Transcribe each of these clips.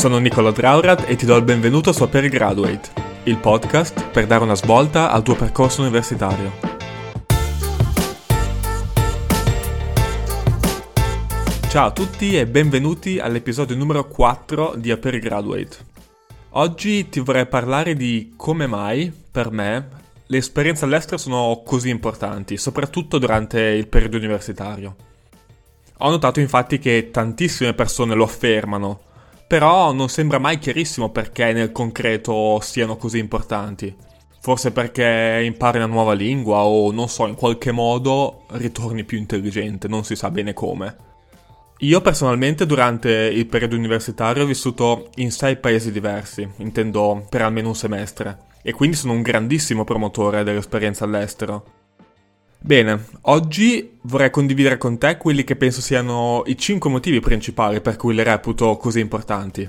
Sono Nicola Draurat e ti do il benvenuto su AperGraduate, il podcast per dare una svolta al tuo percorso universitario. Ciao a tutti e benvenuti all'episodio numero 4 di AperGraduate. Oggi ti vorrei parlare di come mai, per me, le esperienze all'estero sono così importanti, soprattutto durante il periodo universitario. Ho notato infatti che tantissime persone lo affermano, però non sembra mai chiarissimo perché nel concreto siano così importanti. Forse perché impari una nuova lingua o, non so, in qualche modo ritorni più intelligente, non si sa bene come. Io personalmente durante il periodo universitario ho vissuto in 6 paesi diversi, intendo per almeno un semestre, e quindi sono un grandissimo promotore dell'esperienza all'estero. Bene, oggi vorrei condividere con te quelli che penso siano i 5 motivi principali per cui le reputo così importanti.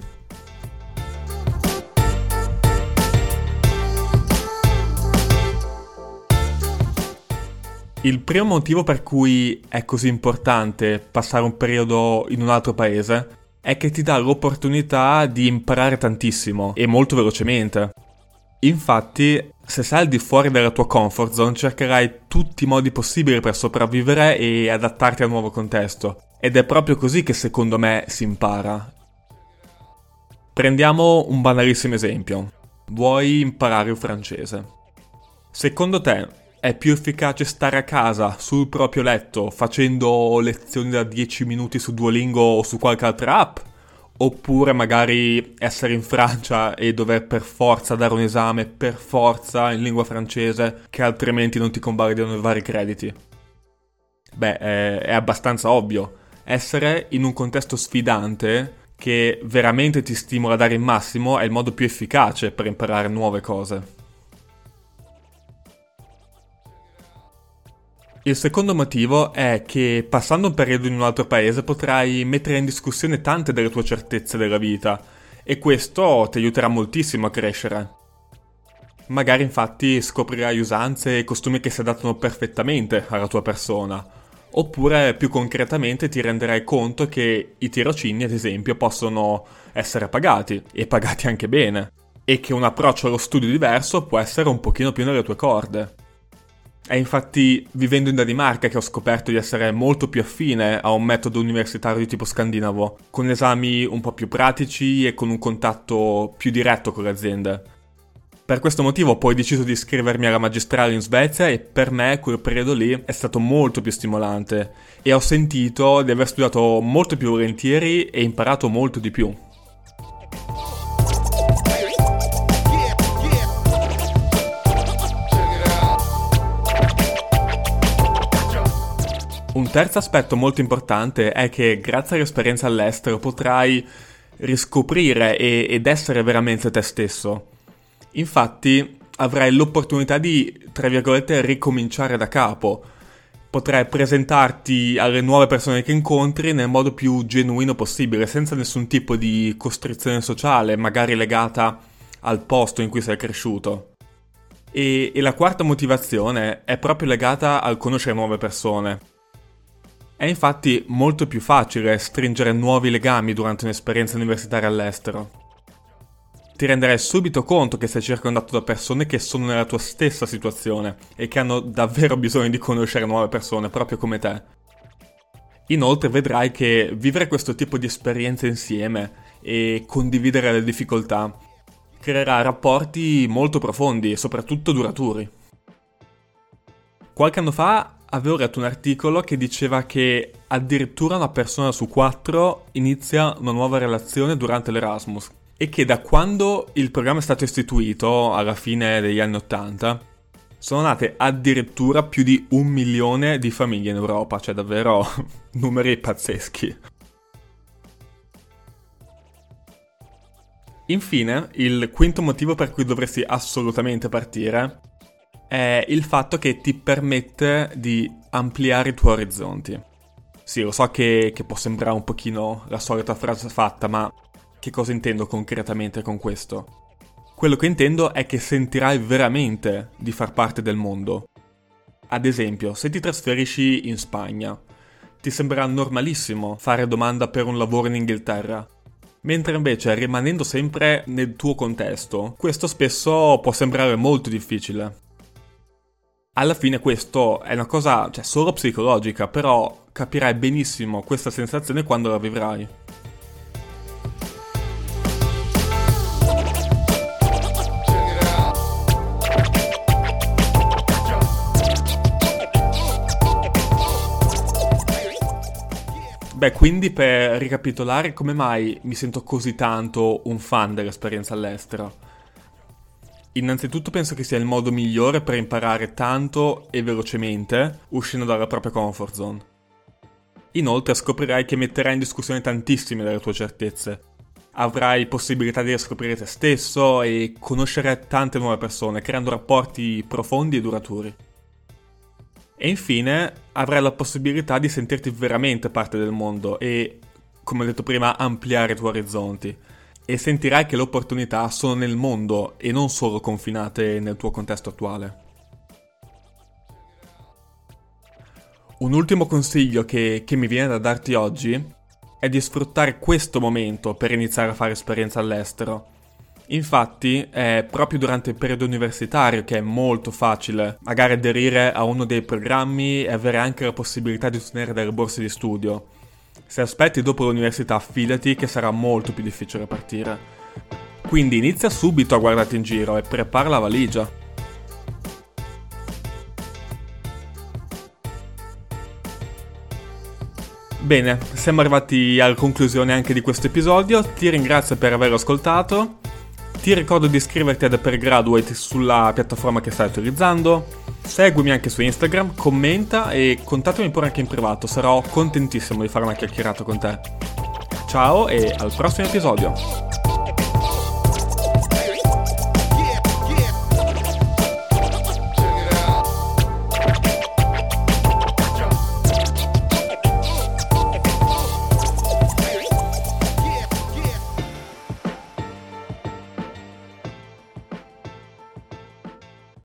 Il primo motivo per cui è così importante passare un periodo in un altro paese è che ti dà l'opportunità di imparare tantissimo e molto velocemente. Infatti, se sei al di fuori della tua comfort zone, cercherai tutti i modi possibili per sopravvivere e adattarti al nuovo contesto. Ed è proprio così che secondo me si impara. Prendiamo un banalissimo esempio. Vuoi imparare il francese. Secondo te è più efficace stare a casa, sul proprio letto, facendo lezioni da 10 minuti su Duolingo o su qualche altra app? Oppure magari essere in Francia e dover per forza dare un esame per forza in lingua francese che altrimenti non ti convalidano i vari crediti? Beh, è abbastanza ovvio. Essere in un contesto sfidante che veramente ti stimola a dare il massimo è il modo più efficace per imparare nuove cose. Il secondo motivo è che passando un periodo in un altro paese potrai mettere in discussione tante delle tue certezze della vita e questo ti aiuterà moltissimo a crescere. Magari infatti scoprirai usanze e costumi che si adattano perfettamente alla tua persona, oppure più concretamente ti renderai conto che i tirocini ad esempio possono essere pagati e pagati anche bene e che un approccio allo studio diverso può essere un pochino più nelle tue corde. È infatti vivendo in Danimarca che ho scoperto di essere molto più affine a un metodo universitario di tipo scandinavo, con esami un po' più pratici e con un contatto più diretto con le aziende. Per questo motivo ho poi deciso di iscrivermi alla magistrale in Svezia e per me quel periodo lì è stato molto più stimolante e ho sentito di aver studiato molto più volentieri e imparato molto di più. Un terzo aspetto molto importante è che grazie all'esperienza all'estero potrai riscoprire ed essere veramente te stesso. Infatti avrai l'opportunità di, tra virgolette, ricominciare da capo. Potrai presentarti alle nuove persone che incontri nel modo più genuino possibile, senza nessun tipo di costrizione sociale, magari legata al posto in cui sei cresciuto. E la quarta motivazione è proprio legata al conoscere nuove persone. È infatti molto più facile stringere nuovi legami durante un'esperienza universitaria all'estero. Ti renderai subito conto che sei circondato da persone che sono nella tua stessa situazione e che hanno davvero bisogno di conoscere nuove persone, proprio come te. Inoltre vedrai che vivere questo tipo di esperienze insieme e condividere le difficoltà creerà rapporti molto profondi e soprattutto duraturi. Qualche anno fa avevo letto un articolo che diceva che addirittura una persona su 4 inizia una nuova relazione durante l'Erasmus e che da quando il programma è stato istituito, alla fine degli anni 80, sono nate addirittura più di 1 milione di famiglie in Europa, cioè davvero numeri pazzeschi. Infine, il quinto motivo per cui dovresti assolutamente partire è il fatto che ti permette di ampliare i tuoi orizzonti. Sì, lo so che può sembrare un pochino la solita frase fatta, ma che cosa intendo concretamente con questo? Quello che intendo è che sentirai veramente di far parte del mondo. Ad esempio, se ti trasferisci in Spagna, ti sembrerà normalissimo fare domanda per un lavoro in Inghilterra. Mentre invece rimanendo sempre nel tuo contesto, questo spesso può sembrare molto difficile. Alla fine questo è una cosa, solo psicologica, però capirai benissimo questa sensazione quando la vivrai. Quindi per ricapitolare, come mai mi sento così tanto un fan dell'esperienza all'estero? Innanzitutto penso che sia il modo migliore per imparare tanto e velocemente, uscendo dalla propria comfort zone. Inoltre scoprirai che metterai in discussione tantissime delle tue certezze. Avrai possibilità di riscoprire te stesso e conoscere tante nuove persone, creando rapporti profondi e duraturi. E infine avrai la possibilità di sentirti veramente parte del mondo e, come ho detto prima, ampliare i tuoi orizzonti. E sentirai che le opportunità sono nel mondo e non solo confinate nel tuo contesto attuale. Un ultimo consiglio che mi viene da darti oggi è di sfruttare questo momento per iniziare a fare esperienza all'estero. Infatti è proprio durante il periodo universitario che è molto facile magari aderire a uno dei programmi e avere anche la possibilità di ottenere delle borse di studio. Se aspetti dopo l'università, fidati che sarà molto più difficile partire. Quindi inizia subito a guardarti in giro e prepara la valigia. Bene, siamo arrivati alla conclusione anche di questo episodio. Ti ringrazio per averlo ascoltato. Ti ricordo di iscriverti ad Upper Graduate sulla piattaforma che stai utilizzando. Seguimi anche su Instagram, commenta e contattami pure anche in privato, sarò contentissimo di fare una chiacchierata con te. Ciao e al prossimo episodio!